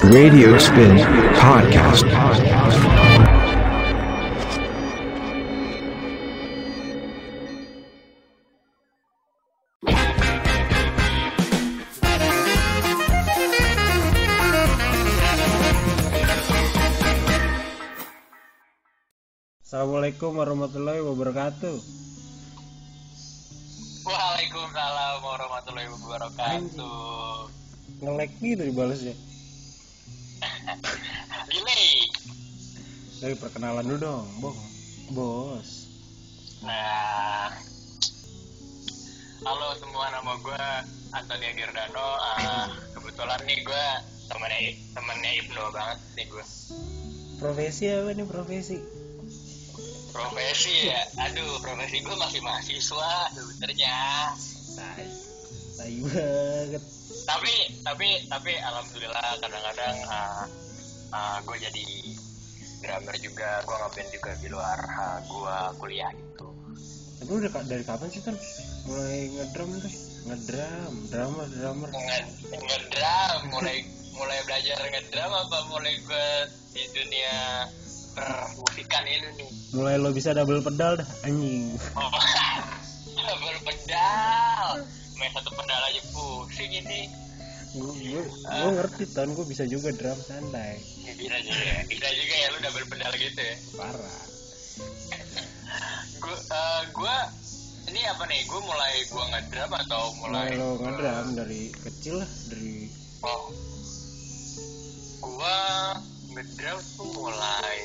Radio Spin Podcast. Assalamualaikum warahmatullahi wabarakatuh. Waalaikumsalam warahmatullahi wabarakatuh. Nge-lag gitu dibalasnya. Delay. Dari perkenalan dulu dong, Bos. Nah, halo semua, nama gue Antonia Giordano. Kebetulan nih gue temennya Ibnu banget nih gue. Profesi apa nih profesi? Profesi ya, aduh profesi gue masih mahasiswa sebenarnya. Tai banget. Tapi alhamdulillah kadang-kadang gue jadi drummer juga, gue ngeband juga di luar gue kuliah gitu. Tapi udah dari kapan sih kan mulai ngedrum tuh? Drummer. Ngedrum, mulai belajar ngedrum apa mulai gue di dunia permusikan ini nih? Mulai lo bisa double pedal dah, anjing. Oh, double pedal. Main satu pedal aja pusing ini. Gue ngerti gue bisa juga drum santai. Bisa juga ya lu double pedal gitu ya. Parah. Gue ini apa nih? Gue ngedrum atau mulai lo ngedrum dari kecil lah, dari gue ngedrum tuh mulai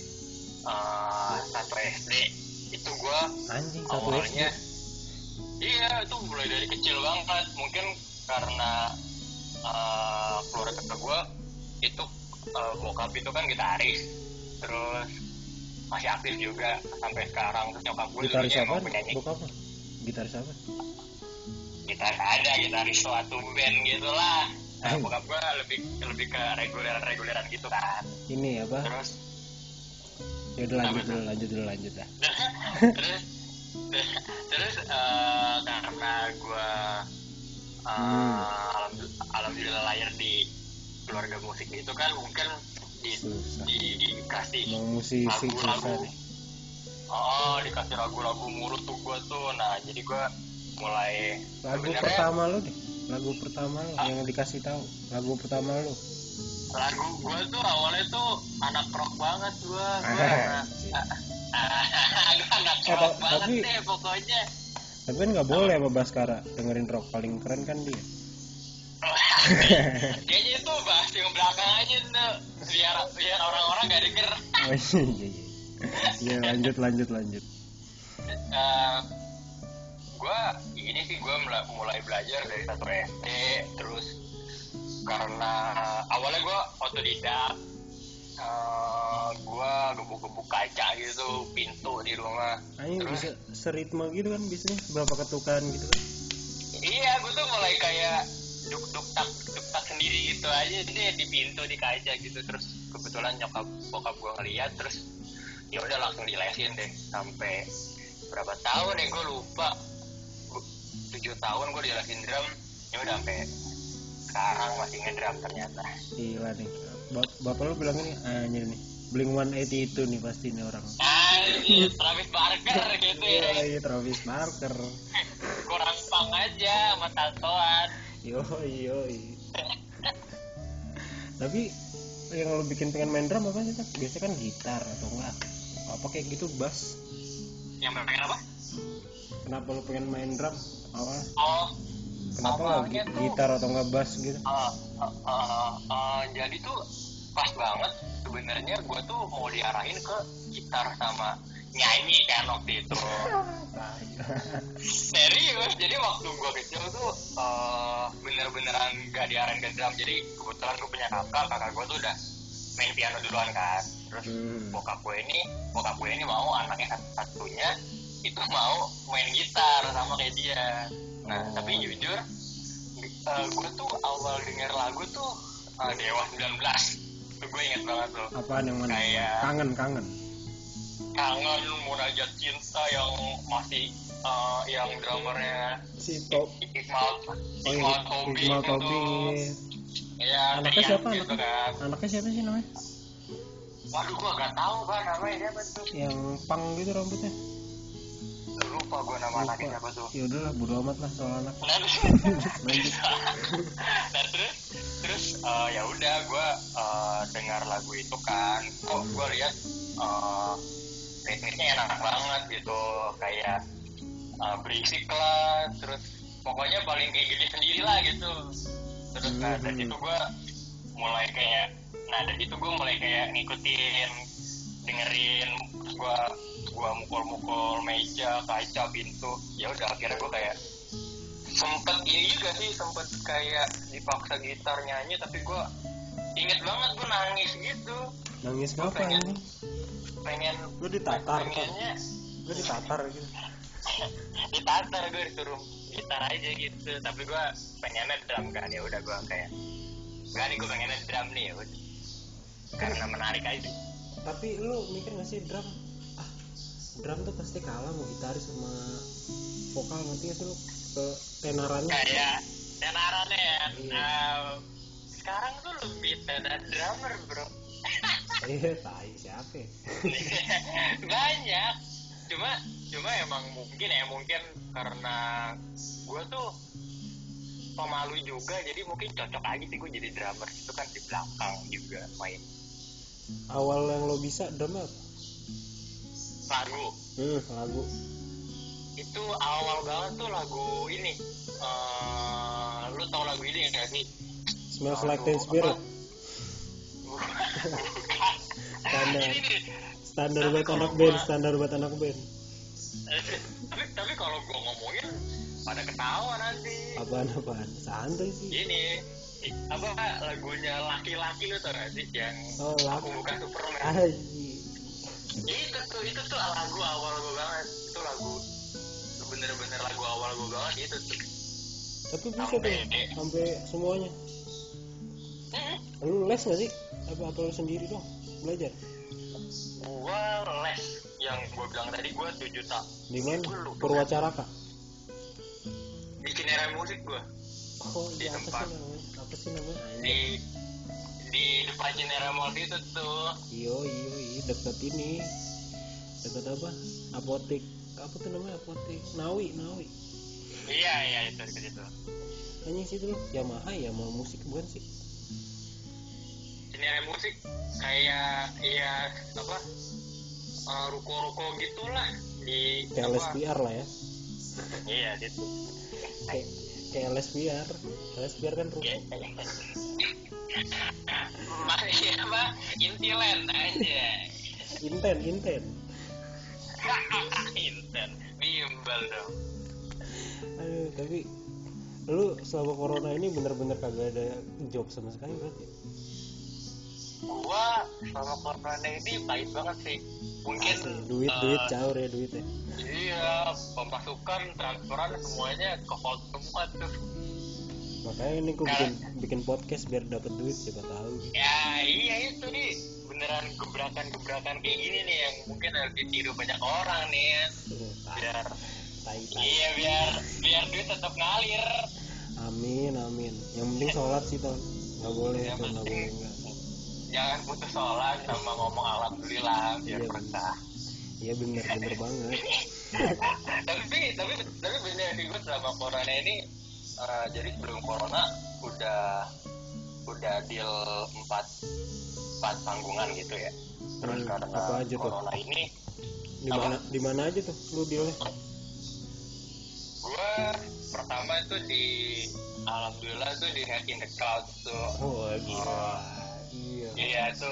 1 SD. Itu gue anjing 1 awalnya SD. Iya, itu mulai dari kecil banget. Mungkin karena keluarga gue itu bokap itu kan gitaris, terus masih aktif juga sampai sekarang. Terus nyokap gue gitaris apa? penyanyi. Bokap apa? Gitaris apa? Gitaris suatu band gitulah. Nah, bokap gue lebih ke reguleran gitu kan. Ini apa? Terus ya udah lanjut dah. terus karena gue alhamdulillah lahir di keluarga musik itu kan, mungkin dikasih lagu-lagu. Dikasih lagu-lagu mulu tuh gue tuh. Nah, jadi gue mulai lagu pertama lo yang dikasih tahu. Lagu pertama lo. Lagu gue tuh awalnya tuh anak rock banget gue. Anak rock banget deh pokoknya. Tapi kan nggak boleh sama Baskara dengerin rock, paling keren kan dia. Kayaknya itu bahas yang belakang aja tuh, biar orang-orang nggak denger. Iya lanjut. Gue mulai belajar dari 1 SD, terus karena awalnya gue otodidak. Gue gebuk-gebuk kaca gitu, pintu di rumah. Terus bisa seritme gitu kan, biasanya berapa ketukan gitu kan. Iya, gue tuh mulai kayak duk-tak sendiri gitu aja deh di pintu, di kaca gitu. Terus kebetulan bokap gue ngeliat, terus ya udah langsung dilesin deh. Sampai berapa tahun ya gue lupa, 7 tahun gue dilesin drum. Ya udah sampai sekarang masih ngedrum ternyata. Gila nih, bapak lu bilang ini anjir nih, Blink-182 nih pasti nih orang. Travis Barker gitu ya. Iya, Travis Barker. Kurang pang aja sama tatoan. Yoi. Tapi yang lu bikin pengen main drum apa sih? Biasanya kan gitar atau enggak? Apa kayak gitu, bass? Yang pengen apa? Kenapa lu pengen main drum? Awal? Kenapa nggak gitar atau nggak bass gitu? Jadi tuh pas banget sebenarnya gue tuh mau diarahin ke gitar sama nyanyi kan waktu itu. Serius, jadi waktu gue kecil tuh bener-beneran gak diarahin ke drum. Jadi kebetulan gue punya kakak gue tuh udah main piano duluan kan. Terus bokap gue ini mau anaknya satunya itu mau main gitar sama kayak dia. Nah, tapi jujur gue tuh awal denger lagu tuh Dewa 19. Tuh gue inget banget tuh. Apaan yang mana? Kayak kangen Munajat Cinta yang masih yang drummernya si Iqmal Tobing itu. ya Anaknya teriak siapa gitu kan. Anaknya siapa sih namanya? Waduh gua gak tahu kan namanya siapa tuh. Yang pang gitu rambutnya. Lupa gua nama anaknya siapa tuh. Ya udahlah, bodo amat lah soal anak. Nah, nah terus ya udah gue dengar lagu itu kan, kok gue lihat ritmisnya enak banget gitu, kayak berisik lah, terus pokoknya paling kayak gini sendiri lah gitu. Terus dari situ gue mulai kayak, dari situ gue mulai kayak ngikutin, dengerin, terus gue mukul-mukul meja, kaca, pintu. Ya udah akhirnya gue kayak sempet kayak dipaksa gitar nyanyi, tapi gue inget banget gue nangis gitu. Nangis apa ini? Pengen Lu ditatar kan? pengennya Lu ditatar gitu. ditatar, gue disuruh gitar aja gitu, tapi gue pengennya drum kan. Ya udah gue kayak enggak nih, gue pengennya drum nih, ya udah, karena menarik aja. Tapi lu mikir gak sih drum tuh pasti kalah mau gitaris sama vokal, ngerti gak sih lu? Ke tenarannya Kayak tenarannya ya. Iya. Sekarang tuh lebih tenar drummer bro. Iya, tai siapa ya? Banyak. Cuma emang mungkin karena gue tuh pemalu juga, jadi mungkin cocok aja sih gue jadi drummer. Itu kan di belakang juga main Awal yang lo bisa drum apa? lagu. Lagu. Itu awal banget tuh lagu ini. Lu tau lagu ini nggak sih? Smells Like Teen Spirit. Standar buat anak band. Tapi kalau gue ngomongin pada ketawa nanti. Apaan? Santai sih. Ini lagunya laki-laki lu tau gak sih yang aku bukan Superman. Aji. Itu tuh lagu awal gue banget. Itu lagu bener-bener lagu awal gue banget itu tuh. Tapi bisa tuh sampai semuanya. Lu les gak sih? Apa lu sendiri dong belajar? Gua les yang gue bilang tadi, gue 7 tahun. Di mana? Purwacaraka. Di Cinere Musik gue. Oh, di tempat. Apa sih namanya? Di depan Cinere Mall itu tuh. Iyo, dekat ini. Dekat apa? Apotek. Apa tuh namanya? Apotek Nawi. Iya, itu dekat itu. Anjing situ loh. Yamaha musik bukan sih? Cinere Musik kayak ruko-ruko gitulah di LSPR lah ya. Iya, gitu. Kayak LSPR kan ruko. Intiland aja. Inten. Inten. Bimbel dong. Aduh, tapi lu selama corona ini bener-bener kagak ada job sama sekali berarti? Gua selama corona ini pahit banget sih. Mungkin duit caur ya duitnya. Iya, pemasukan, transferan semuanya ke hold semua tuh. Makanya ini gue bikin podcast biar dapat duit, siapa tahu. Ya iya itu nih, beneran gebrakan kayak gini nih yang mungkin harus ditiru banyak orang nih ya. Biar duit tetap ngalir. Amin. Yang penting sholat sih Ton. Nggak boleh enggak. Jangan putus sholat sama ngomong alhamdulillah biar berkah. Iya bener banget. tapi bener sih, gue selama corona ini jadi sebelum corona udah deal 4 panggungan gitu ya. Terus karena corona tuh? Ini di mana aja tuh lu dealnya? Gue pertama itu alhamdulillah tuh di Head in the Cloud tuh. Oh gila. Iya itu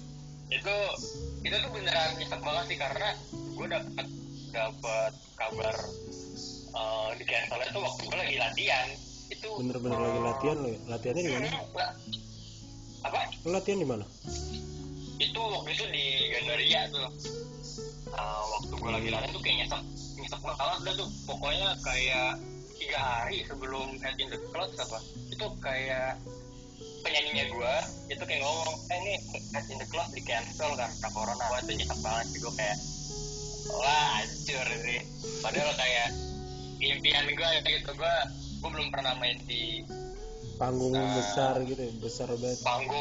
tuh beneran nyesek banget sih, karena gue dapet kabar di cancelnya tuh waktu gue lagi latihan. Itu bener-bener lagi latihan lo ya? Latihannya di mana? Apa? Lo latihan di mana? Itu waktu itu di Gandaria tuh. Waktu gue lagi latihan tuh kayak nyesek banget dah tuh. Pokoknya kayak 3 hari sebelum Head in the Cloud itu kayak penyanyinya gue itu kayak ngomong, ini Head in the Cloud di cancel karena corona. Wah itu nyesek banget sih, gue kayak wah hancur sih. Padahal kayak impian gue gitu, gue belum pernah main di panggung besar gitu ya, besar banget. Panggung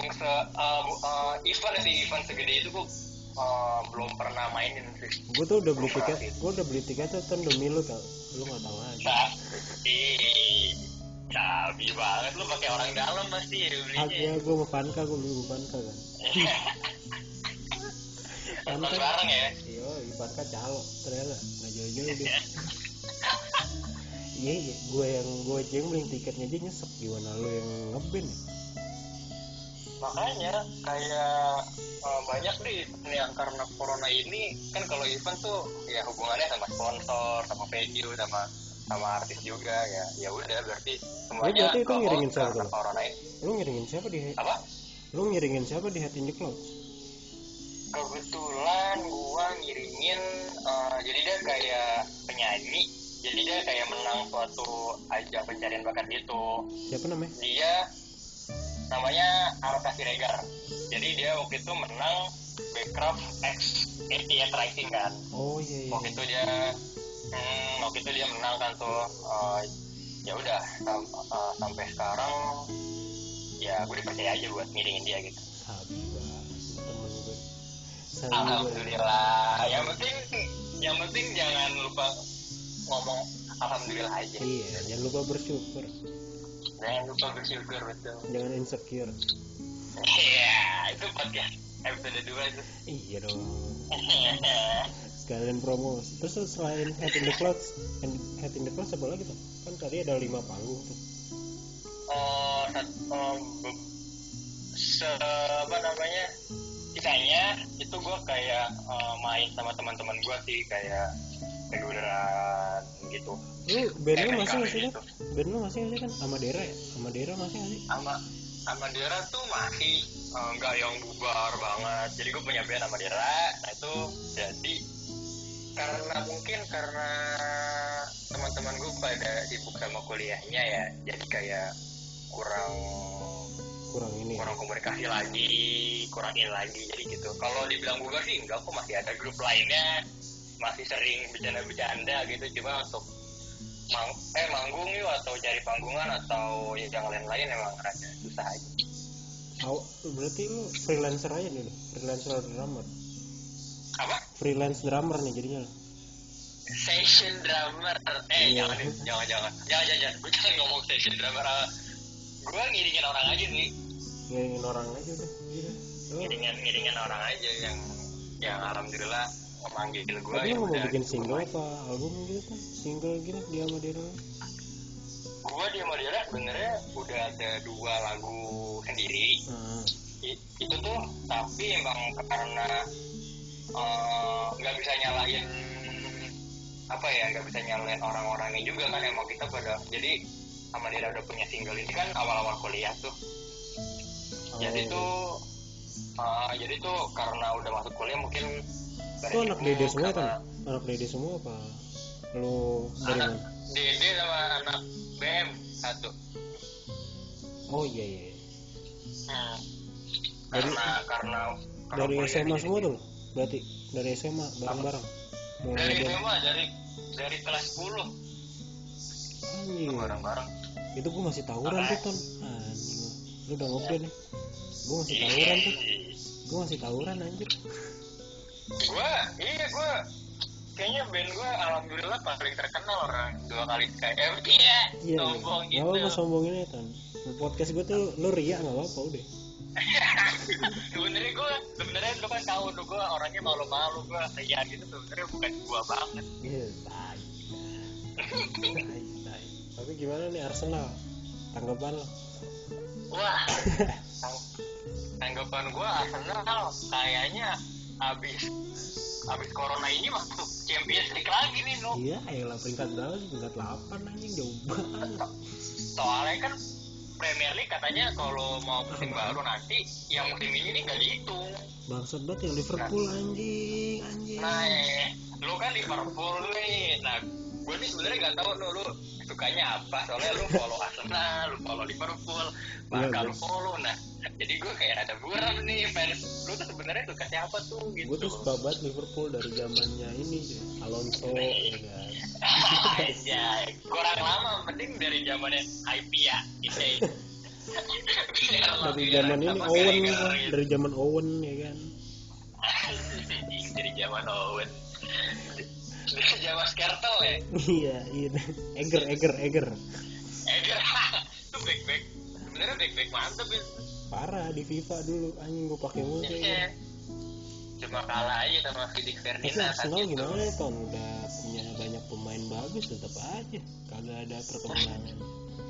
event segede itu gue belum pernah mainin sih. Gue tuh udah beli tiket tuh kan demi lu tau, lu nggak tahu aja. Cabi banget lu, pakai orang dalam pasti ya belinya. Iya, gue mau Panka, gue beli Panka kan. Nonton bareng ya. Iya, Panka calo ternyata nggak jauh-jauh dia. Iya, gue aja yang beli tiketnya aja nyesek, gimana lu yang ngeband? Makanya kayak banyak deh yang karena corona ini kan, kalau event tuh ya hubungannya sama sponsor, sama venue, sama artis juga ya udah berarti semuanya. Berarti itu ngiringin siapa tuh? Corona ini. Lu ngiringin siapa di? Apa? Lu ngiringin siapa di Head in the Clouds? Kebetulan gua ngiringin jadi dia kayak penyanyi, jadi dia kayak menang suatu ajang pencarian bakat gitu. Siapa namanya? Dia namanya Arta Siregar. Jadi dia waktu itu menang Backcraft X 88 Rising kan. Oh iya. Waktu itu dia menang kan tuh. Ya udah sampai sekarang ya gue dipercaya aja buat ngiringin dia gitu. Sabi banget temen gue. Alhamdulillah. Yang penting jangan lupa ngomong alhamdulillah aja. Iya, jangan lupa bersyukur. Betul. Jangan insecure. Iya, itu podcast episode 2 itu. Iya dong. Sekalian promo. Terus selain Head in the Clouds apa lagi tuh? Kan tadi ada 5 panggung tuh. Sisanya itu gue kayak main sama teman-teman gue sih, kayak reguleran gitu. Lu band lu masih nggak sih kan? Band lu masih nggak sih kan? Amadera ya? Amadera masih nggak sih? Amadera tuh masih nggak yang bubar banget. Jadi gue punya band Amadera. Nah itu jadi karena teman-teman gue pada sibuk sama kuliahnya ya, jadi kayak kurang komunikasi lagi, kurang ini lagi, jadi gitu. Kalau dibilang bubar sih enggak, kok masih ada grup lainnya, masih sering bercanda-bercanda gitu. Cuma untuk manggung yuk atau cari panggungan atau yang lain-lain emang rada susah aja. Berarti lu freelancer aja dulu, freelancer drummer. Apa? Freelance drummer nih jadinya. Session drummer. Jangan. Gue jangan ngomong session drummer. Gue ngiringin orang aja nih. Ngiringin orang aja udah. Iya. Ngiringin orang aja yang alhamdulillah memanggil gue. Tapi lu mau bikin single apa album gitu kan? Single gitu di Amadera. Gue di Amadera sebenarnya udah ada 2 lagu sendiri. Itu tuh tapi emang karena nggak bisa nyalahin orang-orangnya juga kan, emang kita pada jadi Amadera udah punya single ini kan awal-awal kuliah tuh. Jadi tuh karena udah masuk kuliah mungkin itu anak dede semua kan? Anak dede semua apa? Lu dari mana? Dede sama anak BM satu. Oh iya. Karena dari SMA semua tuh berarti dari SMA bareng-bareng. Dari kelas 10. Anjing. Bareng-bareng. Itu gue masih tawuran tuh Ton. Anjing. Lu udah ngobrol nih. Gue masih tawuran tuh. Gue masih tawuran anjir. Gue kayaknya band gue alhamdulillah paling terkenal orang 2 kali KM. Iya. Sombong gitu. Gak apa-apa sombongin aja Ton. Podcast gue tuh lu ria gak apa-apa udah. sebenarnya lu kan tahu tuh gue orangnya malu-malu, gue ria gitu, sebenarnya bukan gue banget. Iya, tai. Tapi gimana nih Arsenal? Tanggapan lo? Wah, tanggapan gue Arsenal kayaknya abis corona ini masuk Champions League lagi nih, no? Iya, elah peringkat berapa sih? Peringkat 8 anjing, jauh banget. Soalnya kan Premier League katanya kalau mau musim baru nanti yang musim ini nih gak dihitung. Bangsat banget ya Liverpool anjing. Nah, lu kan Liverpool nih. Nah, gue nih sebenarnya gak tahu lu sukanya apa. Soalnya lu follow Arsenal, lu follow Liverpool, bahkan lu follow. Nah, jadi gue kayak ada buram nih fans. Lu tuh sebenarnya suka siapa tuh gitu? Gue tuh suka banget Liverpool dari zamannya ini deh, Alonso ya kan. Aja, kurang lama, penting dari zamannya Hypia gitu. Dari zaman ini Owen kan, dari zaman Owen ya kan. Dari zaman Owen. Dari zaman Skertel ya. Iya. Eger. Eger. Itu back. Sebenarnya back mantep itu. Parah di FIFA dulu anjing gue pakai mulu kayak. Cuma kalah aja sama Felix Tapi Ferdinand. Arsenal gimana ya Ton? Udah punya banyak pemain bagus tetap aja kagak ada perkembangan.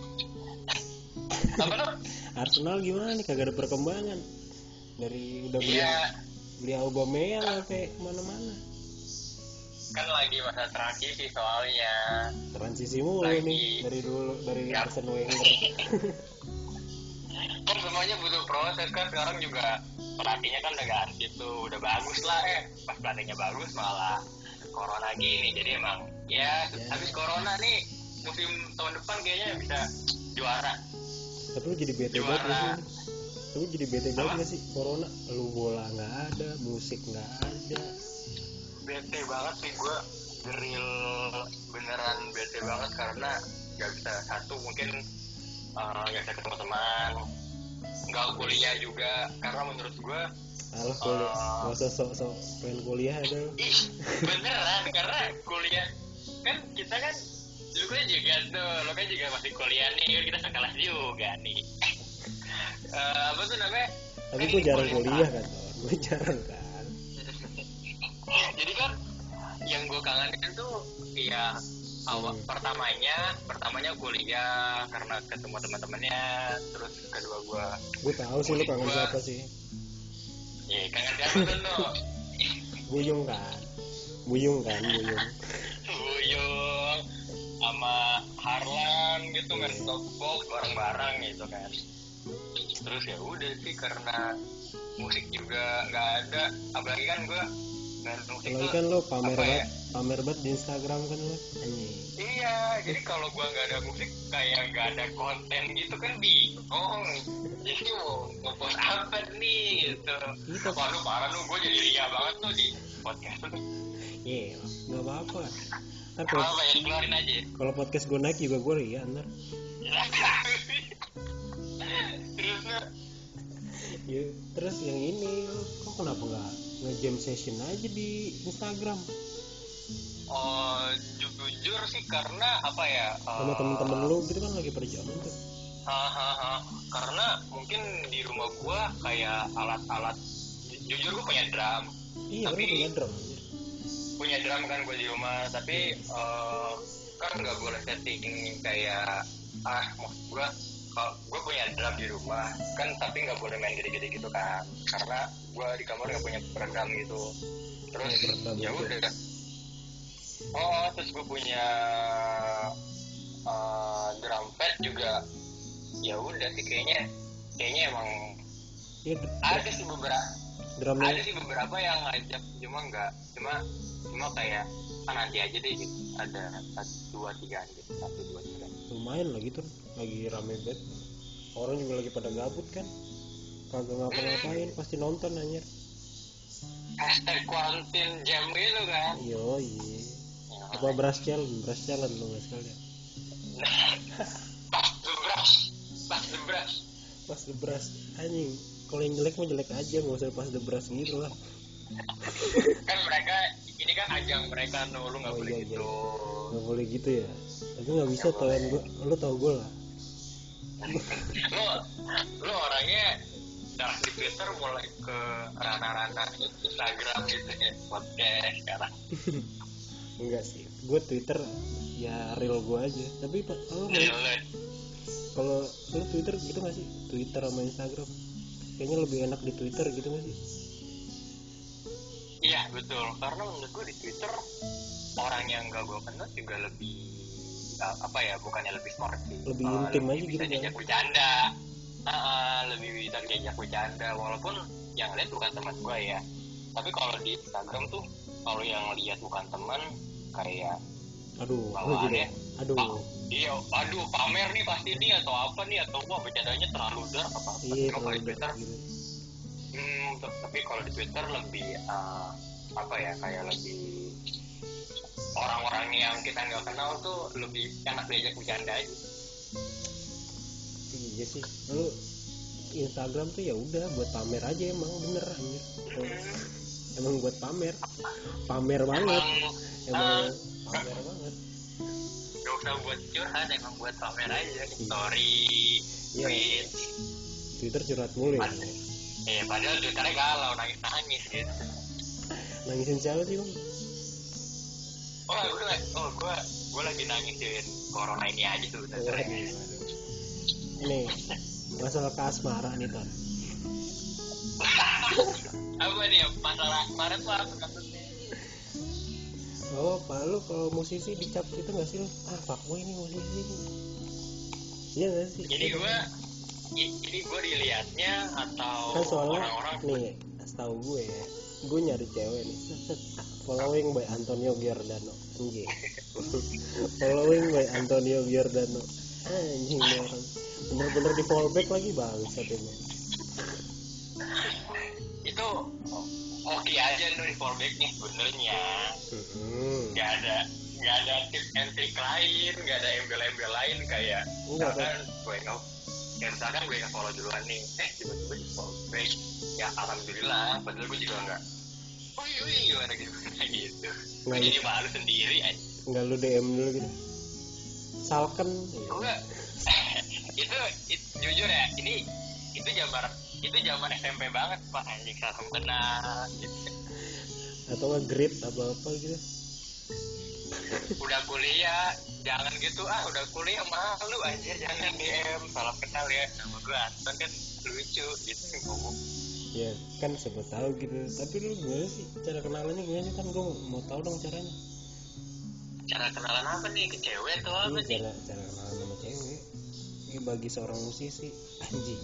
Apa lo? Arsenal gimana nih kagak ada perkembangan. Dari udah beli Aubameyang sampai mana-mana. Kan lagi masa transisi soalnya. Transisi mulu nih dari Arsene Wenger. Kan semuanya butuh proses kan. Sekarang juga pelatihnya kan udah ganti tuh, udah bagus lah pas pelatihnya bagus malah corona gini. Jadi emang habis corona nih musim tahun depan kayaknya bisa juara. Tapi lu jadi bete banget gak sih? Lu jadi bete banget gak sih? Corona, lu bola gak ada, musik gak ada. Bete banget sih gue, real beneran bete banget karena gak bisa satu mungkin gak bisa ketemu teman, gak kuliah juga karena menurut gue alah kuliah, gak usah sok-sok pengen kuliah ada. Ih beneran karena kuliah kan kita kan lu kan juga tuh, lo kan juga masih kuliah nih, kita sekelas juga nih. Apa tuh namanya? Tapi gue jarang kuliah kan, gue jarang kan. Jadi kan yang gue kangenin tuh ya pertamanya kuliah karena ketemu teman-temannya, terus kedua gue tahu sih lu kangen siapa sih? Iya kangen siapa tuh lo? Buyung kan. Buyung sama Harlan gitu main softball bareng-bareng gitu kan. Terus ya udah sih karena musik juga nggak ada, apalagi kan gue main musik tuh kan lo pamer banget di Instagram kan lo. Iya, jadi kalau gue nggak ada musik kayak nggak ada konten gitu kan bingung. Jadi mau post apa nih gitu. Waduh parah lu, gue jadi ria banget tuh di podcast tuh. Iya, nggak apa-apa. Apa ya keluarin aja. Kalau podcast gue naik juga gue ria ntar. Terus yang ini kok kenapa nggak nge-jam session aja di Instagram? Oh jujur sih karena apa ya? Sama temen-temen lu gitu kan lagi pada jalan tuh. Karena mungkin di rumah gua kayak alat-alat. Jujur gua punya drum. Iya, tapi punya drum. Punya drum kan gua di rumah, tapi kan nggak boleh setting kayak maksud gua. Kalau gue punya drum di rumah kan, tapi nggak boleh main gede-gede gitu kan, karena gue di kamar nggak punya peredam gitu. Terus ya udah. Terus gue punya drum pad juga. Ya udah sih kayaknya emang ada sih beberapa yang ngajak, cuma kayak nanti aja deh gitu. Ada 1, 2, 3 gitu. 1, 2, 3 lumayan lah gitu, lagi rame banget. Orang juga lagi pada gabut kan, kagak ngapa-ngapain, pasti nonton anjir. #quarantine jam gitu kan. Yoi. Apa brush challenge lu nggak sekalian? Pas the brush anjing. Kalau yang jelek mah jelek aja, nggak usah pas the brush gitu lah. Kan mereka ini kan ajang mereka, lu nggak boleh iya, gitu. Nggak boleh gitu ya. Tapi nggak bisa tauan gue, lu tau gue lah. lu orangnya darah di Twitter mulai ke ranah-ranah Instagram gitu ya, podcast sekarang. Enggak sih, gue Twitter ya real gue aja. Tapi kalau lu Twitter gitu nggak sih? Twitter sama Instagram kayaknya lebih enak di Twitter gitu nggak sih? Iya betul, karena menurut gue di Twitter orang yang gak gue kenal juga lebih bukannya lebih smart sih, lebih intim aja gitu kan, diajak bercanda, lebih bisa diajak bercanda walaupun yang lihat bukan teman gue ya. Tapi kalau di Instagram tuh kalau yang lihat bukan teman kayak bawaannya pamer nih pasti nih atau apa nih, atau wah bercandanya terlalu dark apa kalau di Twitter gitu. Tapi kalau di Twitter lebih kayak lebih orang-orang yang kita nggak kenal tuh lebih enak diajak bercanda aja. Iya Iya sih, lu Instagram tuh ya udah buat pamer aja, emang bener anjir. Emang buat pamer banget, emang pamer banget. Gak usah buat curhat, emang buat pamer aja. Story, Iya. tweet. Twitter curhat mulu ya. Padahal Twitternya galau, nangis gitu. Nangisin siapa sih bang? Gue lagi nangisin corona ini aja tuh. Waduh. Nih masalah kasmara nih Ton. Apa nih masalah kemarin tuh apa kasusnya? Oh Pak, lu kalau musisi dicap gitu nggak sih? Fuckboy ini musisi. Iya nggak sih? Jadi gue dilihatnya atau Kan soalnya orang-orang nih, setahu gue ya, gue nyari cewek nih, following by Antonio Giordano, anjing. Following by Antonio Giordano, anjing nih orang, bener-bener di fallback lagi bangsat ini. itu oke aja lu di fallbacknya sebenarnya. Nggak ada tips and trick lain, nggak ada embel-embel lain kayak misalkan gue nggak follow duluan nih, tiba-tiba di fallback, ya alhamdulillah, padahal gue juga nggak gimana gitu. Gue jadi malu sendiri aja. Nggak lu DM dulu gitu, salken enggak. itu jujur ya, itu zaman SMP banget Pak, anjing, salam kenal gitu. Atau nge-grid apa gitu. Udah kuliah jangan gitu, udah kuliah malu aja, jangan DM salam kenal ya, nama gue Anton kan lucu gitu ngomong. Ya kan siapa tahu gitu. Tapi lu gimana sih cara kenalannya, gimana sih? Kan gue mau tahu dong caranya. Cara kenalan apa nih, ke cewek atau apa sih? Cara kenalan sama cewek ini bagi seorang musisi, anjing.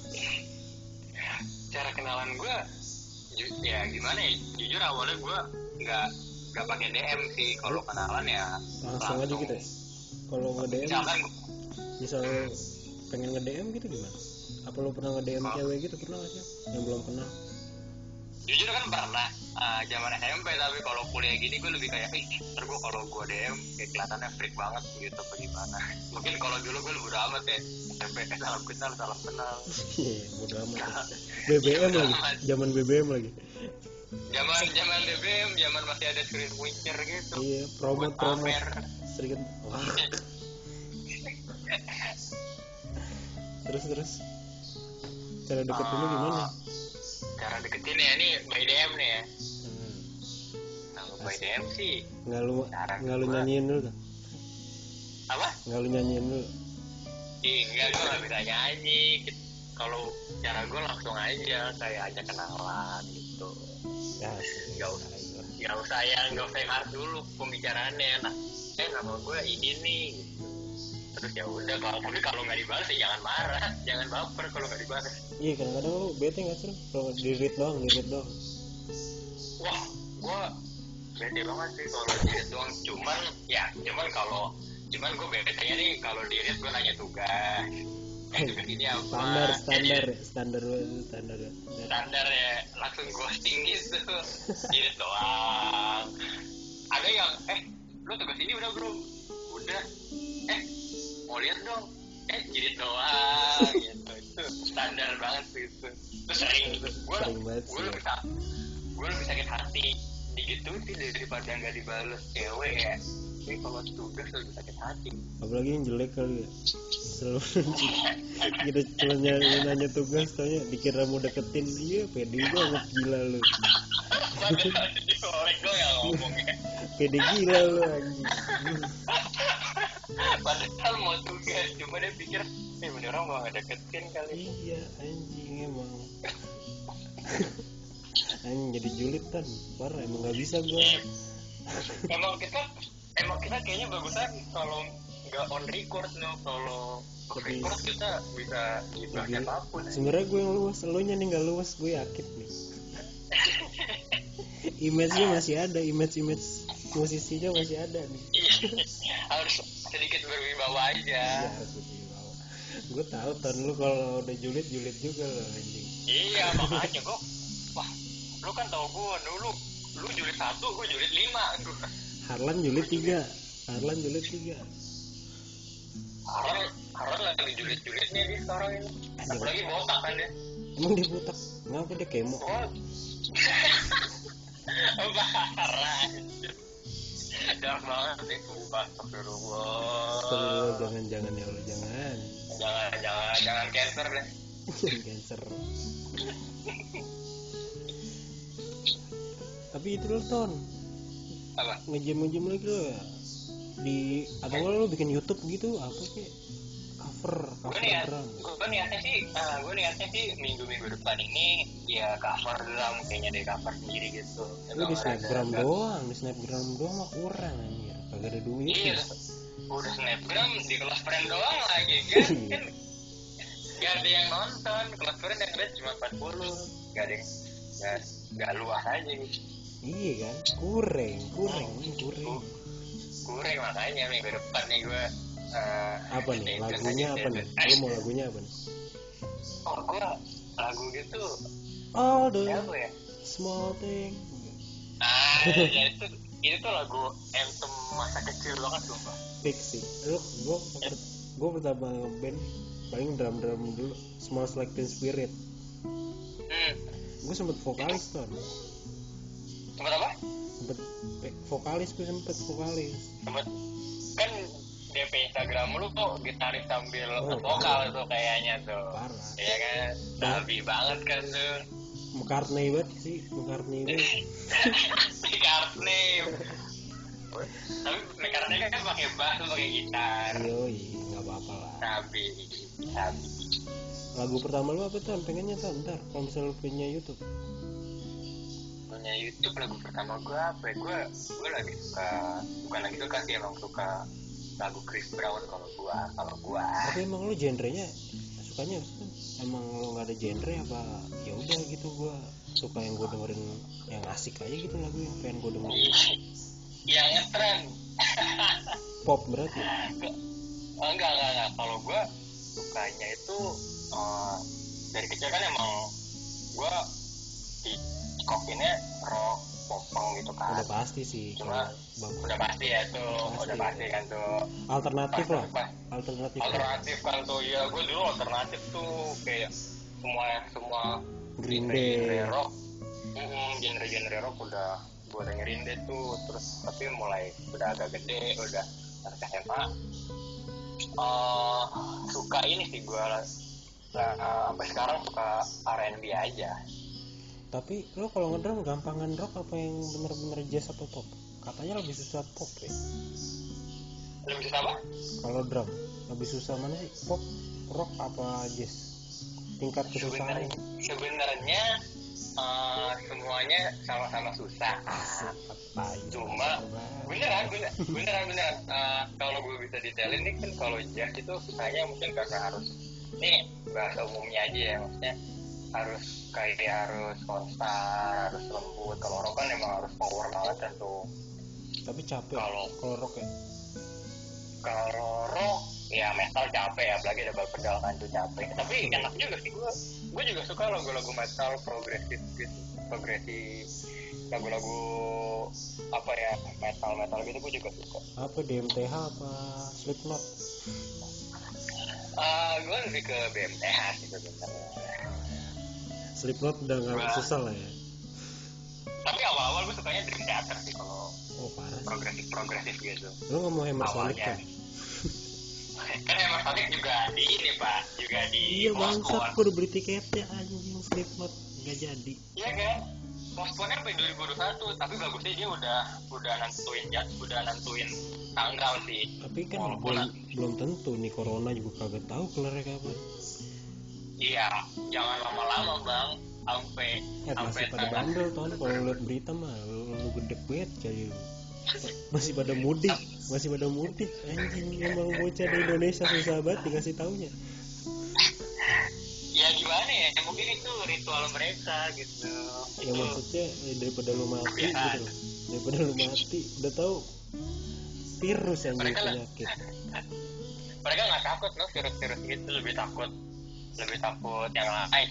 Cara kenalan gue ya gimana ya, jujur awalnya gue nggak pakai DM sih kalau kenalan ya langsung aja gitu ya. Kalau nge-DM misalnya pengen nge-DM gitu gimana? Apa lo pernah nge-DM cewek gitu, pernah gak sih yang belum kenal? Jujur kan pernah zaman SMP, tapi kalau kuliah gini gue lebih kayak ntar gue kalau gue DM kayak kelihatannya freak banget gitu apa gimana. Mungkin kalau dulu gue lebih amat ya, SMP salam kenal. Iya bodo amat. BBM lagi, zaman BBM lagi. Zaman BBM, zaman masih ada screen wincher gitu. Iya, promote sedikit. Terus cara deket dulu gimana? Cara deketin ya, ini by DM nih ya. By DM sih nggak lu nyanyiin dulu. Apa? Nggak lu nyanyiin dulu. Enggak, gue nggak bisa nyanyi. Kalau cara gue langsung aja kayak aja kenalan gitu. Ya, nggak usah yang hard dulu pembicaraannya. Nama gue ini nih gitu. Terus ya udah, kalau nggak dibalas ya jangan marah, jangan baper kalau nggak dibalas. Iya, kadang-kadang lu bete nggak sih kalau di-read doang? Wah, gue bete banget sih kalau di-read doang. Cuman gue betenya nih kalau di-read gue nanya tugas. Tugas ini apa? Standar ya, langsung ghosting gitu. Di-read doang. Ada yang lu tugas ini udah belum? Udah. Mau lihat dong, jilid doang gitu. Itu standar banget gitu. Terus sering gue lebih sakit hati gitu sih daripada nggak dibales cewek ya. Tapi kalau tugas lebih sakit hati, apalagi yang jelek kali ya, selalu kita cuma nanya tugas, tanya dikira mau deketin. Iya, pede banget, gila lu. Padahal diorek dong yang ngomongnya. Pede gila lu anjing. Padahal mau tugas, cuma dia pikir bener orang mau ngedeketin kali. Iya anjing, emang anjing jadi julid kan, parah, emang nggak bisa gua. emang kita kayaknya bagusan kalau nggak on record loh. Kalau on record kita bisa dibaca apapun. Sebenarnya gue yang luas, lo nya nih nggak luas, gue yakin nih. Image-nya masih ada, image musisinya masih ada nih. Harus sedikit berwibawa aja. Iya, harus berwibawa. Gue tahu Ton, lu kalau udah julid juga lo anjing. Iya, makanya gue, wah, lu kan tau gue dulu, lu julid 1, gue julid 5. Harlan julid 3. Harlan lagi julid-julidnya dia sekarang ini. Apalagi botak kan dia. Emang dia botak? Kenapa dia kemo? Parah. Dark banget deh, sumpah. Astagfirullah. Jangan ya Allah, jangan. Jangan cancer deh. Cancer. Tapi itu lo Ton. Apa? Nge-jam lagi lo ya. Di atau lo bikin YouTube gitu apa sih? Cover drum. Gue niatnya sih minggu depan ini ya cover drum, kayaknya deh cover sendiri gitu. Lu di snapgram doang mah kurang anjir. Kagak ada duit. Iya. Udah snapgram di kelas friend doang lagi kan. Gak ada yang nonton, kelas friend yang lihat cuma 40. Gak ada yang gak luas aja gitu. Iya kan? Kurang. Kurang makanya minggu depan nih gue apa nih lagunya apa nih? Lu mau lagunya apa nih? Oh gue lagu gitu all the apa ya? Small thing. Ya itu tuh lagu anthem masa kecil banget sumpah. Fix sih. Gue pertama ngeband paling drum dulu Smells Like Teen Spirit. Gue sempet vokalis tuh. Sempet apa? Sempet vokalis. Sempet kan DP Instagram lu tuh gitaris sambil vokal tuh kayaknya tuh. Parah. Iya kan? Sabi banget kan tuh. McCartney banget sih, McCartney. Tapi McCartney kan pakai bass, pakai gitar. Yoi, nggak apa-apa lah. Sabi. Lagu pertama lu apa tuh? Pengennya tuh ntar kalau misalnya lu punya YouTube. Punya YouTube lagu pertama gue apa? Gue lagi suka, bukan lagi suka sih, emang suka lagu Chris Brown kalau gua. Tapi emang lu genrenya sukanya emang lu nggak ada genre apa? Ya udah gitu, gua suka yang gua dengerin yang asik aja gitu lagu yang pengen gua dengerin. Yang ngetren. Pop berarti? Enggak. Kalau gua sukanya itu dari kecil kan emang gua di kokinnya rock, popang gitu kan. Udah pasti sih. Cuma udah pasti ya tuh, udah pasti kan tuh. Alternatif lah. Alternatif kan tuh. Ya gue dulu alternatif tuh kayak semua Green Day, rock. Genre rock udah gue dengerin deh tuh. Terus tapi mulai udah agak gede, udah anak SMA. Suka ini sih gue. Sampai sekarang suka R&B aja. Tapi lo kalau ngedrum gampangan rock apa yang bener-bener jazz atau pop? Katanya lebih susah pop ya. Lebih susah apa? Kalau drum lebih susah mana sih? Pop, rock apa jazz? Tingkat kesusahan. Sebenarnya semuanya sama-sama susah. Cuma beneran. Kalau gue bisa detailin nih kan, kalau jazz itu susahnya mungkin karena harus nih bahasa umumnya aja ya, maksudnya harus konstan, harus lembut. Kalau rock kan emang harus power banget kan tuh. Tapi capek kalau rock ya. Kalau rock ya metal capek ya, apalagi ada pedal kan tuh capek. Tapi enak juga sih, gue juga suka lagu-lagu metal progresif gitu, lagu-lagu apa ya, metal gitu gue juga suka. Apa DMTH apa Slipknot? Gue lebih ke BMTH sih sebenarnya. Slipknot udah nggak susah lah ya. Tapi awal-awal gue sukanya Dream Theater sih kalau progresif gitu. Lu nggak mau Hammersonic kan? Kan Hammersonic juga di ini pak, juga di. Iya bangsat, gue udah beli tiketnya anjing. Slipknot nggak jadi. Iya kan? Postpone-nya sampai 2021, tapi bagusnya dia udah nentuin tanggal sih. Tapi kan belum tentu nih, corona juga kagak tahu kelarnya kapan. Iya, jangan lama-lama bang, sampai pada bandel tuh. Kalau lihat berita mah lu gede banget jadi lu. Masih pada mudik anjing. Emang bocah di Indonesia susah banget dikasih taunya. Ya gimana ya, mungkin itu ritual mereka gitu. Ya itu, maksudnya daripada lu mati gitu loh. Daripada lu mati udah tahu virus yang jadi penyakit. Mereka nggak takut loh virus gitu, lebih takut yang lain.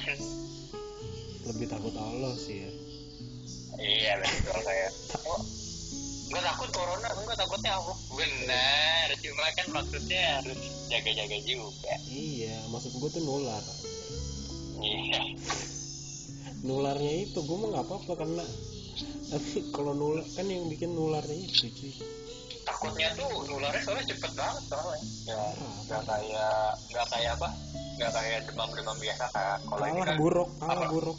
Lebih takut Allah sih ya. Iya betul kayak Nggak takut corona, enggak takutnya aku. Benar, cuma kan maksudnya harus jaga-jaga juga. Iya, maksud gue tuh nular. Iya. Nularnya itu gue mah nggak apa-apa kena. Tapi kalau nular kan yang bikin nularnya itu cuy. Takutnya tuh nularnya soalnya cepet banget soalnya. Ya, Parah. nggak kayak apa? Nggak kayak demam biasa kan. Kalau ini kan Kalah buruk.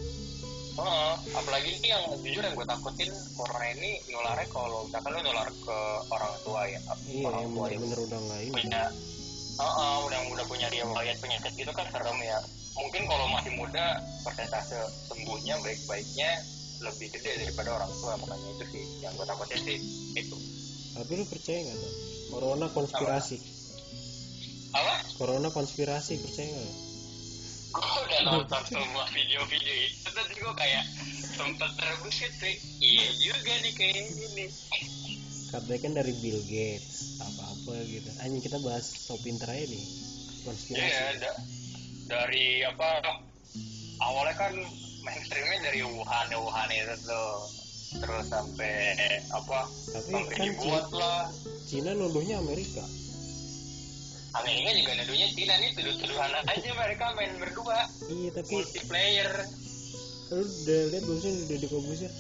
apalagi ini yang jujur yang gue takutin corona ini nularnya kalau misalkan lu nular ke orang tua ya. Iya, Orang yang tua yang bener-bener udah nggak ini. punya udah punya riwayat penyakit gitu kan serem ya. Mungkin kalau masih muda persentase sembuhnya baik-baiknya lebih gede daripada orang tua, makanya itu sih yang gue takutin sih itu. Tapi lu percaya nggak tuh? Corona konspirasi. Apa? Corona konspirasi, percaya nggak? Gue udah nonton semua video-video itu tadi gue kayak sempet terbesit sih. Iya juga nih kayak gini. Katanya kan dari Bill Gates apa gitu. Anjing, kita bahas so pinter aja nih konspirasi. Iya, dari apa awalnya kan mainstreamnya dari Wuhan itu tuh, terus sampai apa Tapi sampai kan dibuat lah. Cina nuduhnya Amerika. Amerika juga nuduhnya Cina nih, tuduh-tuduhan aja mereka main berdua. Iya, tapi Multiplayer. lu udah lihat belum sih Deddy Corbuzier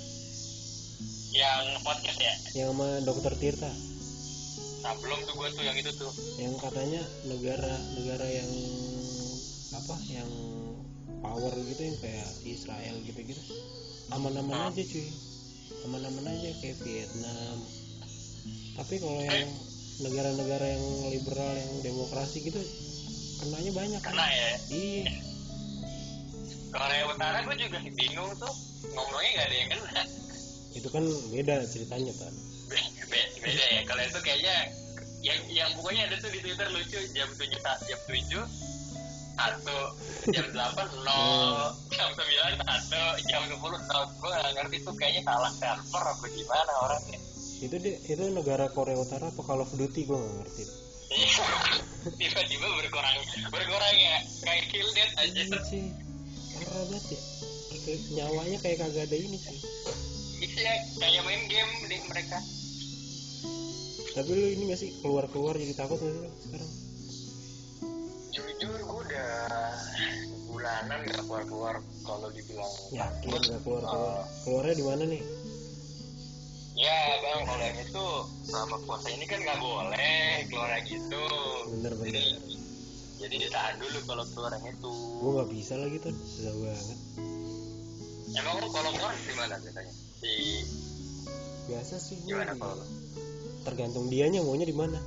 Yang podcast ya? yang sama Dokter Tirta? Nah belum tuh gue tuh yang itu tuh. Yang katanya negara yang apa, yang power gitu, yang kayak Israel gitu aman-aman aja cuy, aman-aman aja kayak Vietnam. Tapi kalau yang negara-negara yang liberal, yang demokrasi gitu, kenanya banyak. Kena ya? Iya. Korea Utara gue juga bingung tuh, ngomongnya gak ada yang kena. Itu kan beda ceritanya kan. Beda ya, kalau itu kayaknya yang pokoknya ada tuh di Twitter lucu, jam 7 1, jam 8 0, jam 9 1, jam 10 0. Gue gak ngerti tuh, kayaknya salah server apa gimana orangnya. Itu negara Korea Utara apa Call of Duty, gue gak ngerti. Iya, tiba-tiba berkurang ya, kayak kill death aja. Iya sih, parah banget ya. Nyawanya kayak kagak ada ini sih. Iya, kayak main game di mereka. Tapi lu ini gak sih keluar jadi takut gak sih sekarang? Jujur gue udah bulanan gak keluar kalau dibilang Yakin gak keluar? Keluarnya di mana nih? Ya bang, kalau yang itu selama puasa ini kan gak boleh keluar gitu. Bener. Jadi ditahan dulu kalau keluar yang itu. Gue gak bisa lagi tuh, susah banget. Emang lu kalau keluar di mana biasanya? Biasa sih gue Gimana kalau lu? tergantung dianya maunya di mana.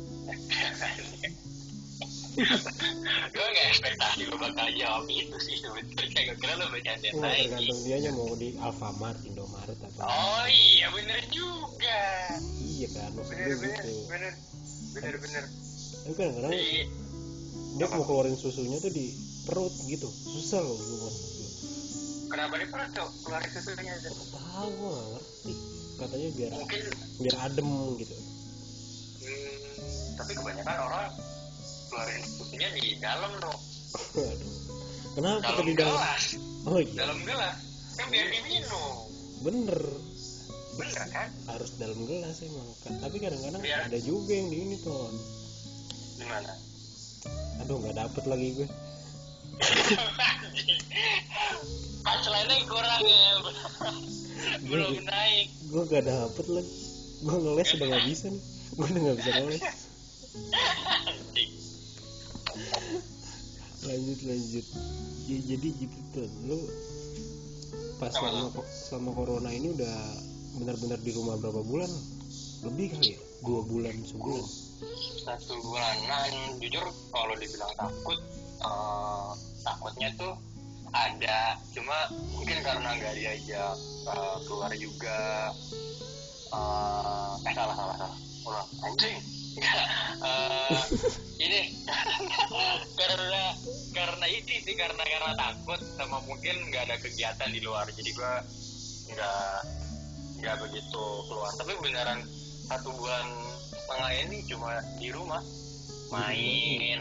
Gue gak ekspektasi lu bakal jawab itu sih sebetulnya. Gue kira lu bercanda lagi. Tergantung dianya mau di Alfamart, Indomaret apa. Oh iya bener juga. Iya kan, maksud gue gitu. Bener. Tapi kadang-kadang dia mau keluarin susunya tuh di perut gitu, susah loh gue. Kenapa di perut tuh keluarin susunya aja? Tahu, gue gak ngerti. Katanya Mungkin biar adem gitu. Tapi kebanyakan orang keluarin susunya di dalam dong. Waduh. Kenapa Dalam di dalam? gelas. Oh iya. Dalam gelas. Kan biar diminum. Bener Kan? Harus dalam gelas emang. Tapi kadang-kadang Biar. ada juga yang di ini tuh. Gimana? Aduh, nggak dapet lagi gue. Punchline-nya kurang ya. Belum naik. Gue gak dapet lagi. Gue ngeles udah gak bisa nih. Gue udah gak bisa ngeles. Lanjut. Ya, jadi gitu tuh. Lu pas selama corona ini udah benar-benar di rumah berapa bulan? Lebih kali ya? 2 bulan, sebulan. 1 bulanan. Jujur kalau dibilang takut, takutnya tuh ada, cuma mungkin karena nggak diajak keluar juga. Salah ulang anjing. Ini karena ini sih, karena takut sama mungkin nggak ada kegiatan di luar, jadi gue nggak begitu keluar. Tapi beneran 1 bulan setengah ini cuma di rumah main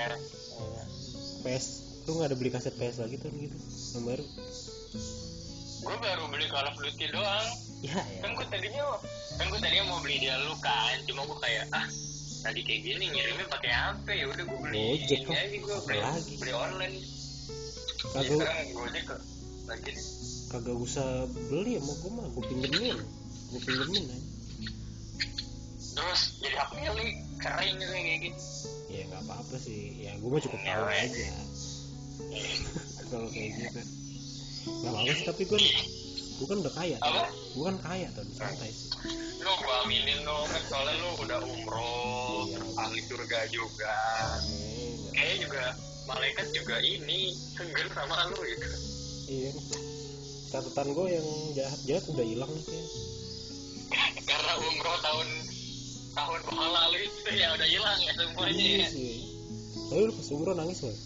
PS. PS, lu nggak ada beli kaset PS lagi tuh gitu yang baru? gue baru beli Call of Duty doang. Ya. Kan gue tadinya mau beli dia lu kan, cuma gue kayak tadi kayak gini ngirimnya pakai HP, ya udah gue beli Gojek ini aja, gue beli online. Kagak sekarang Gojek lagi nih. Kagak usah beli sama gue mah, gue pinjemin aja. Terus jadi HP-nya li kering gitu kayak gitu. Ya nggak apa-apa sih, ya gue mah cukup tahu aja. Kalau kayak gitu nggak apa-apa sih, tapi gue kan udah kaya. Gue kan kaya tuh, santai sih. Lu gue aminin dong, kan soalnya lu udah umroh, terus ahli surga juga. Kayaknya juga malaikat juga ini seger sama lu gitu. Iya, catatan gue yang jahat udah hilang nih kayaknya. Karena umroh tahun lalu itu ya udah hilang ya semuanya. Iya sih. Tapi lu pas umroh nangis gak?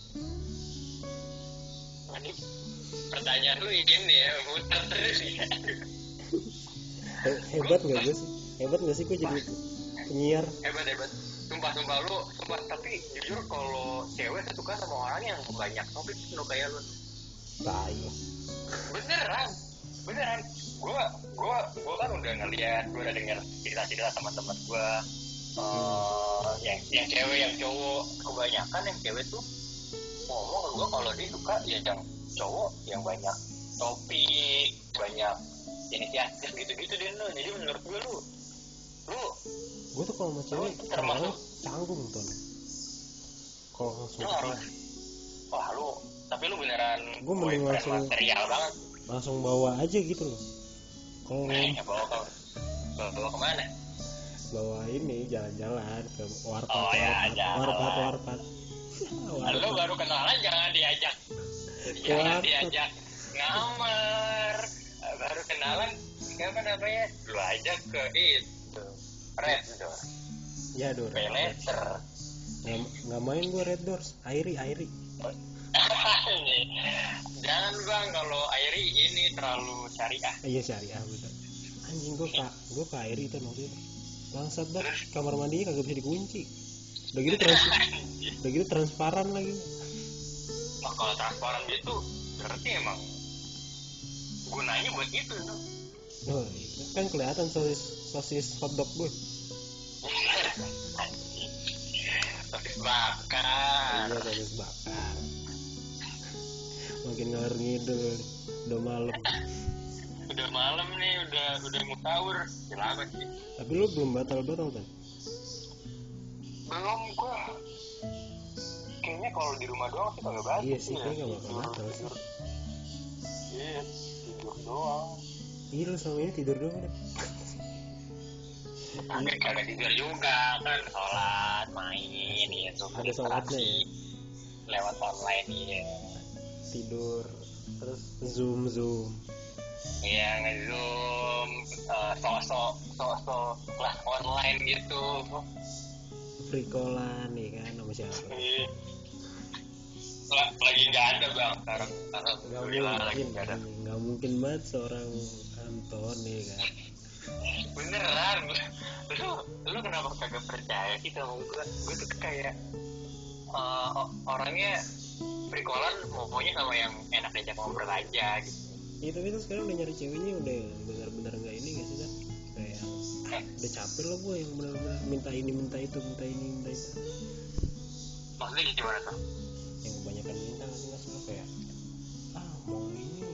Pertanyaan lu ini ya, muter terus ya. Hebat gak sih gue jadi penyiar? Hebat. Sumpah lu, tapi jujur kalau cewek suka sama orang yang banyak topik lu kayak lu. Tai. Beneran. Gue kan udah ngeliat, gue udah denger cerita teman-teman gue. Yang cewek, yang cowok, kebanyakan yang cewek tuh ngomong ke gue kalau dia suka ya yang cowok yang banyak topik, banyak inisiatif gitu-gitu deh lo. Jadi menurut gue lu gue tuh kalau sama cewek termasuk canggung tuh. Kalau langsung wah lu, tapi lu beneran gue mending material banget. Langsung bawa aja gitu loh. Kalau bawa kemana? Bawa ini jalan-jalan ke warpat. Lu baru kenalan jangan diajak ngamar. Baru kenalan siapa namanya? Lu ajak ke itu Red Door. Ya Door. Peleter. Nggak main gue Red Doors. Airi. Jangan bang, kalau Airi ini terlalu syariah. Iya syariah betul. Anjing gue ke Airi itu waktu itu. Bangsat banget, kamar mandinya kagak bisa dikunci. Udah gitu transparan lagi. Nah, kalau transparan gitu berarti emang gunanya buat itu tuh. Oh, itu kan kelihatan sosis hotdog gue. Sosis bakar. Iya, sosis bakar. Makin ngalor ngidul. Udah malam nih, udah mau sahur. Selamat sih. Tapi lu belum batal kan? Belum, gua kayaknya kalau di rumah doang sih kagak batal. Iya sih, kayaknya gak bakal batal sih. Iya, tidur doang. Iya, lu selama ini tidur doang deh. Kagak tidur juga kan, sholat, main gitu. Ada sholatnya ya? Lewat online ya. Tidur, terus zoom. Iya, nge-zoom, sok lah online gitu. Free callan nih kan sama siapa? Lagi nggak ada bang sekarang. Nggak mungkin banget seorang Anton nih kan. Beneran, lu kenapa kagak percaya sih sama gue tuh kayak orangnya free callan maunya sama yang enak diajak ngobrol aja gitu. Iya, tapi itu sekarang udah nyari ceweknya udah benar-benar nggak ini nggak sih kan? Kayak udah capek loh gue yang benar-benar minta ini minta itu. Maksudnya gimana tuh? Yang kebanyakan minta nggak suka kayak mau ini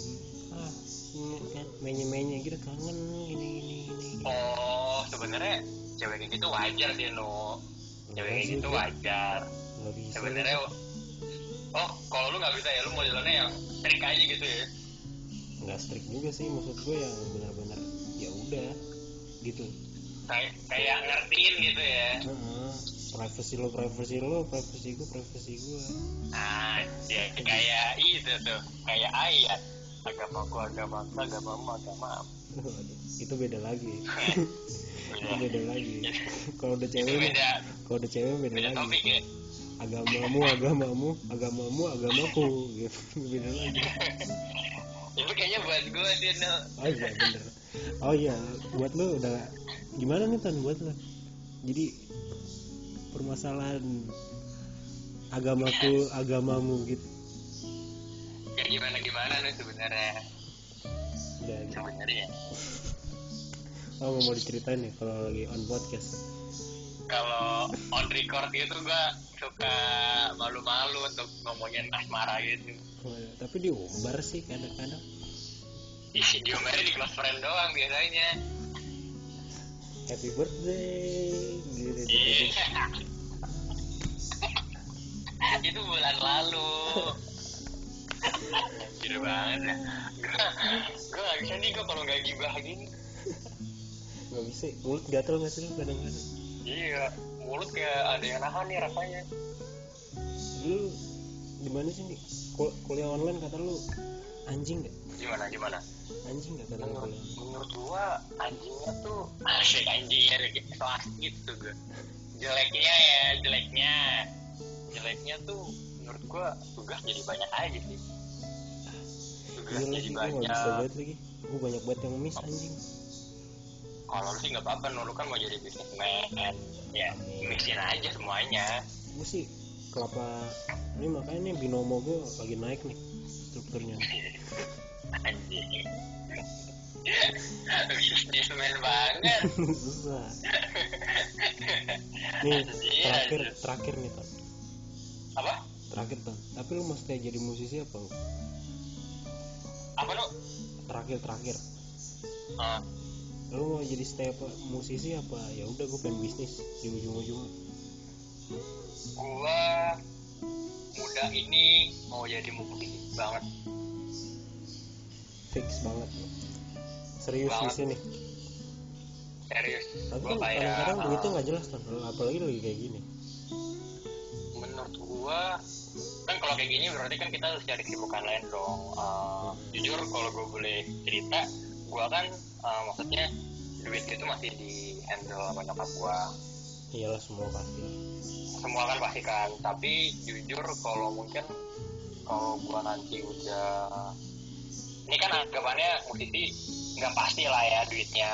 menye gitu, kangen gini. Oh, sebenarnya cewek kayak gitu wajar sih no. Cewek kayak gitu wajar. Sebenarnya kalau lu nggak bisa ya, lu mau jalannya yang strict aja gitu ya? Nggak strict juga sih, maksud gue yang benar-benar ya udah gitu. Kayak ngertiin gitu ya. Privacy lo, privacy gue. Dia kayak itu tuh, kayak ayat. Agamaku agamamu, agamamu. Itu beda lagi. Itu beda lagi. Kalau udah cewek beda lagi. Topik ya. Agamamu, agamaku gitu. Beda lagi. Itu kayaknya buat gue sih no. Oh iya bener. Oh iya, buat lu udah gimana nih Tan buat lu? Jadi permasalahan agamamu gitu. Ya gimana nih sebenarnya. Udah gitu. sebenarnya. Oh nggak mau diceritain nih kalau lagi on podcast. Kalau on record itu gue suka malu-malu untuk ngomongin asmara gitu. Oh, ya. Tapi diumbar sih kadang-kadang. Diomelin di close friend doang biasanya. Happy birthday gitu. Iya. Itu bulan lalu. Anjir banget ya. Gue gak bisa nih gue kalau gak gibah gini. Nggak bisa, mulut gatel nggak sih lu kadang-kadang? Iya, mulut kayak ada yang nahan nih rasanya. Lu di mana sih nih? Kuliah online kata lu anjing nggak? Gimana? Anjing nggak kata lu kuliah? Menurut gua anjingnya tuh asik anjingnya kayak so asik gitu gue. Jeleknya tuh menurut gua tugas jadi banyak aja sih. Tugas Iya jadi lagi, gue nggak banyak. bisa banget lagi. Gue banyak banget yang miss anjing. Kalau lu sih nggak apa-apa, lu kan mau jadi businessman, ya mixin aja semuanya. Gue sih kelapa ini makanya nih binomo gue lagi naik nih strukturnya. Anjing. Businessman banget. Susah. Nih terakhir nih Ton. Apa? Terakhir Ton. Tapi lu mau stay jadi musisi apa lu? Apa lu? Terakhir. Lu mau jadi stay apa musisi apa? Ya udah gue pengen bisnis di ujung-ujungnya. Gua muda ini mau jadi musisi banget. Fix banget lo. Serius di Banget. sini. Serius. Tapi Gua kan kayak kadang-kadang duitnya nggak jelas Ton. Apalagi lagi kayak gini. menurut gua kan kalau kayak gini berarti kan kita harus cari kesibukan lain dong. Jujur kalau gua boleh cerita, gua kan maksudnya duit itu masih di handle sama nyokap gua. Iyalah semua pasti. Semua kan pasti kan, tapi jujur kalau mungkin kalau gua nanti udah ini kan anggapannya musisi nggak pasti lah ya duitnya.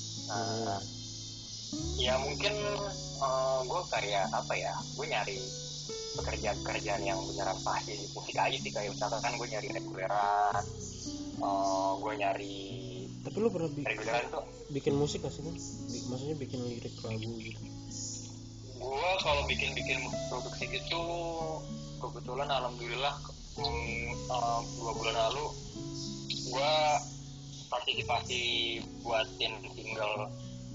Ya mungkin gue kayak apa ya, gue nyari pekerjaan yang beneran pasti di musik aja sih, kayak misalkan gue nyari reguleran, gue nyari. Tapi lu pernah reguleran tuh bikin musik gak sih kan? Maksudnya bikin lirik lagu gitu. Gue kalau bikin produksi gitu kebetulan alhamdulillah 2 bulan lalu gue partisipasi buatin single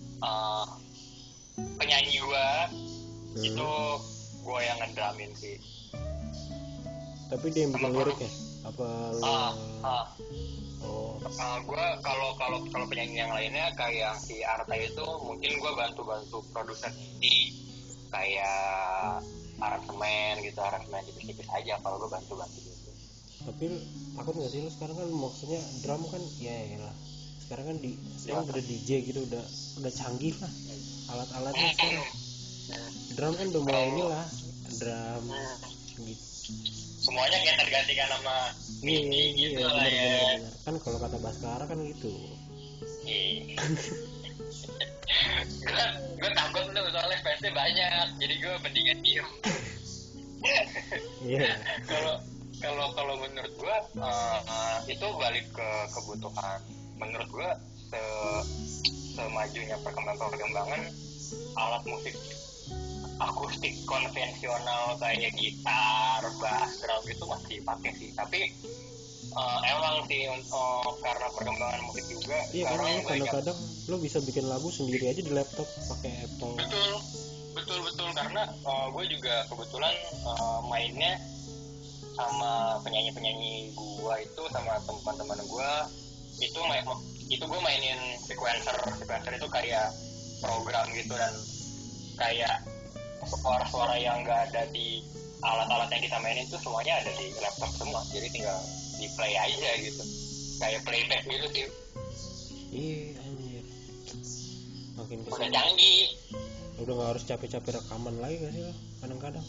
penyanyi gue. Itu gue yang ngedramin sih. Tapi dia yang bikin lirik ya? Apa lu? Oh. Gue kalau penyanyi yang lainnya kayak si Arta itu mungkin gue bantu produser ini kayak aransemen tipis-tipis aja kalau gue bantu gitu. Tapi takut nggak sih lu sekarang kan maksudnya drum kan ya lah. Sekarang kan sekarang udah DJ gitu udah canggih lah alat-alatnya sekarang. Drum kan udah mulai inilah drum gitu. Semuanya kayak tergantikan sama MIDI gitu lah ya. Bener. Kan kalau kata Baskara kan gitu. Gue takut tuh soalnya fansnya banyak, jadi gue mendingan diem. Iya. Kalau menurut gue itu balik ke kebutuhan. Menurut gue semajunya perkembangan alat musik akustik konvensional kayak gitar, bass, drum itu masih dipakai sih. Tapi emang sih karena perkembangan musik juga. Iya, karena kadang-kadang lo bisa bikin lagu sendiri aja di laptop pakai Apple. Betul karena gue juga kebetulan mainnya sama penyanyi gue itu sama teman-teman gue itu gue mainin sequencer itu kayak program gitu, dan kayak suara-suara yang nggak ada di alat-alat yang kita mainin itu semuanya ada di laptop semua, jadi tinggal di play aja gitu, kayak playback gitu sih. Iya anjir, makin kesini udah canggih, udah nggak harus capek-capek rekaman lagi gak sih lo kadang-kadang.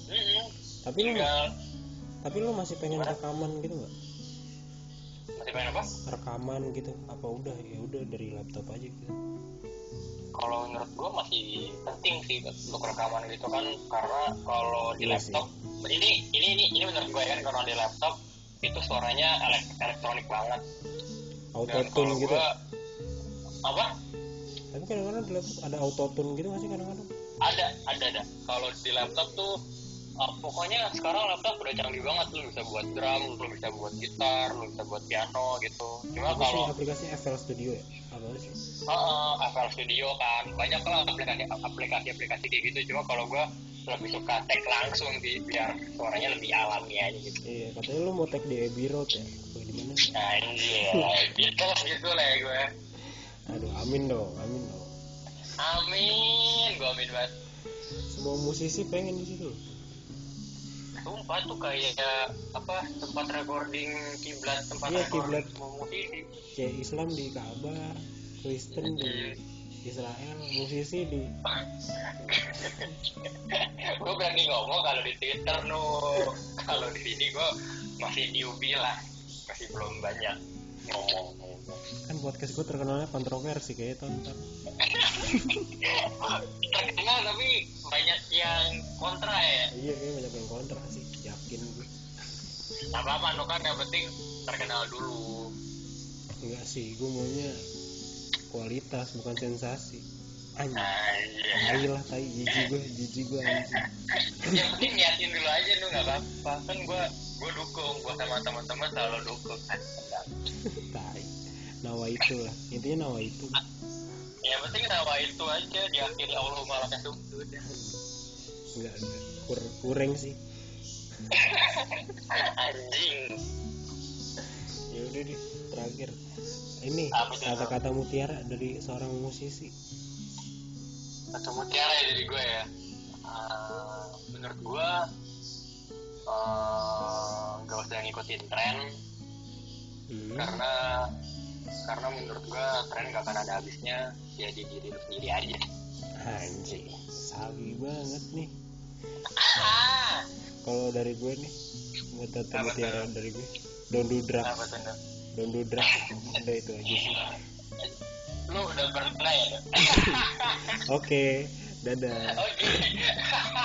Tapi lo masih pengen rekaman gitu nggak? Masih pengen apa? Rekaman gitu apa udah dari laptop aja gitu? Kalau menurut gue masih penting sih untuk rekaman gitu kan, karena kalau di laptop sih. ini menurut gue kan, kalau di laptop itu suaranya elektronik banget. Autotune gitu. Apa? Tapi kadang-kadang di laptop ada autotune gitu masih kadang-kadang. Ada. Kalau di laptop tuh pokoknya sekarang laptop udah canggih banget, lu bisa buat drum, lu bisa buat gitar, lu bisa buat piano gitu. Cuma Apa kalau sih aplikasi FL Studio ya? Apa sih? FL Studio kan banyak lah aplikasi kayak gitu. Cuma kalau gua lebih suka tag langsung biar suaranya lebih alami aja gitu. Iya, katanya lu mau tag di Abbey Road ya? Apa gimana? Anjir, gitu lah ya gue. Aduh, amin dong. Amin, gue amin banget. Semua musisi pengen di situ. Sumpah tuh kayak tempat recording kiblat, kiblat musisi. Kayak Islam di Ka'bah, Kristen di Israel, musisi di. Gue berani ngomong kalau di Twitter kalau di sini gue masih newbie lah, masih belum banyak ngomong. Kan podcast gue terkenalnya kontroversi kayak tonton. Terkenal tapi banyak yang kontra ya. Iya, banyak yang kontra sih, yakin gue. Gak apa-apa, kan yang penting terkenal dulu. Enggak sih, gue maunya kualitas bukan sensasi. Anjir. Lah, jijik gue anjing. Yang penting niatin dulu aja nggak apa-apa. Kan gue dukung, gue sama teman-teman selalu dukung kan. Tai. Nawa itu lah, intinya nawa itu. Yang penting nawa itu aja, diakhiri Allahumma lakal hamdu. Enggak, kurang sih. Anjing. Ya udah deh, terakhir. Ini kata-kata mutiara dari seorang musisi. Kata mutiara ya dari gue ya. Menurut gue nggak usah ngikutin tren. Karena menurut gue tren gak akan ada habisnya. Ya di diri lu sendiri aja. Anjing, sabi banget nih. Kalau dari gue nih, kata mutiara dari gue, don't do drugs. Don't do drugs. Udah itu aja sih. Lu udah pernah ya? Oke, dadah. Oke.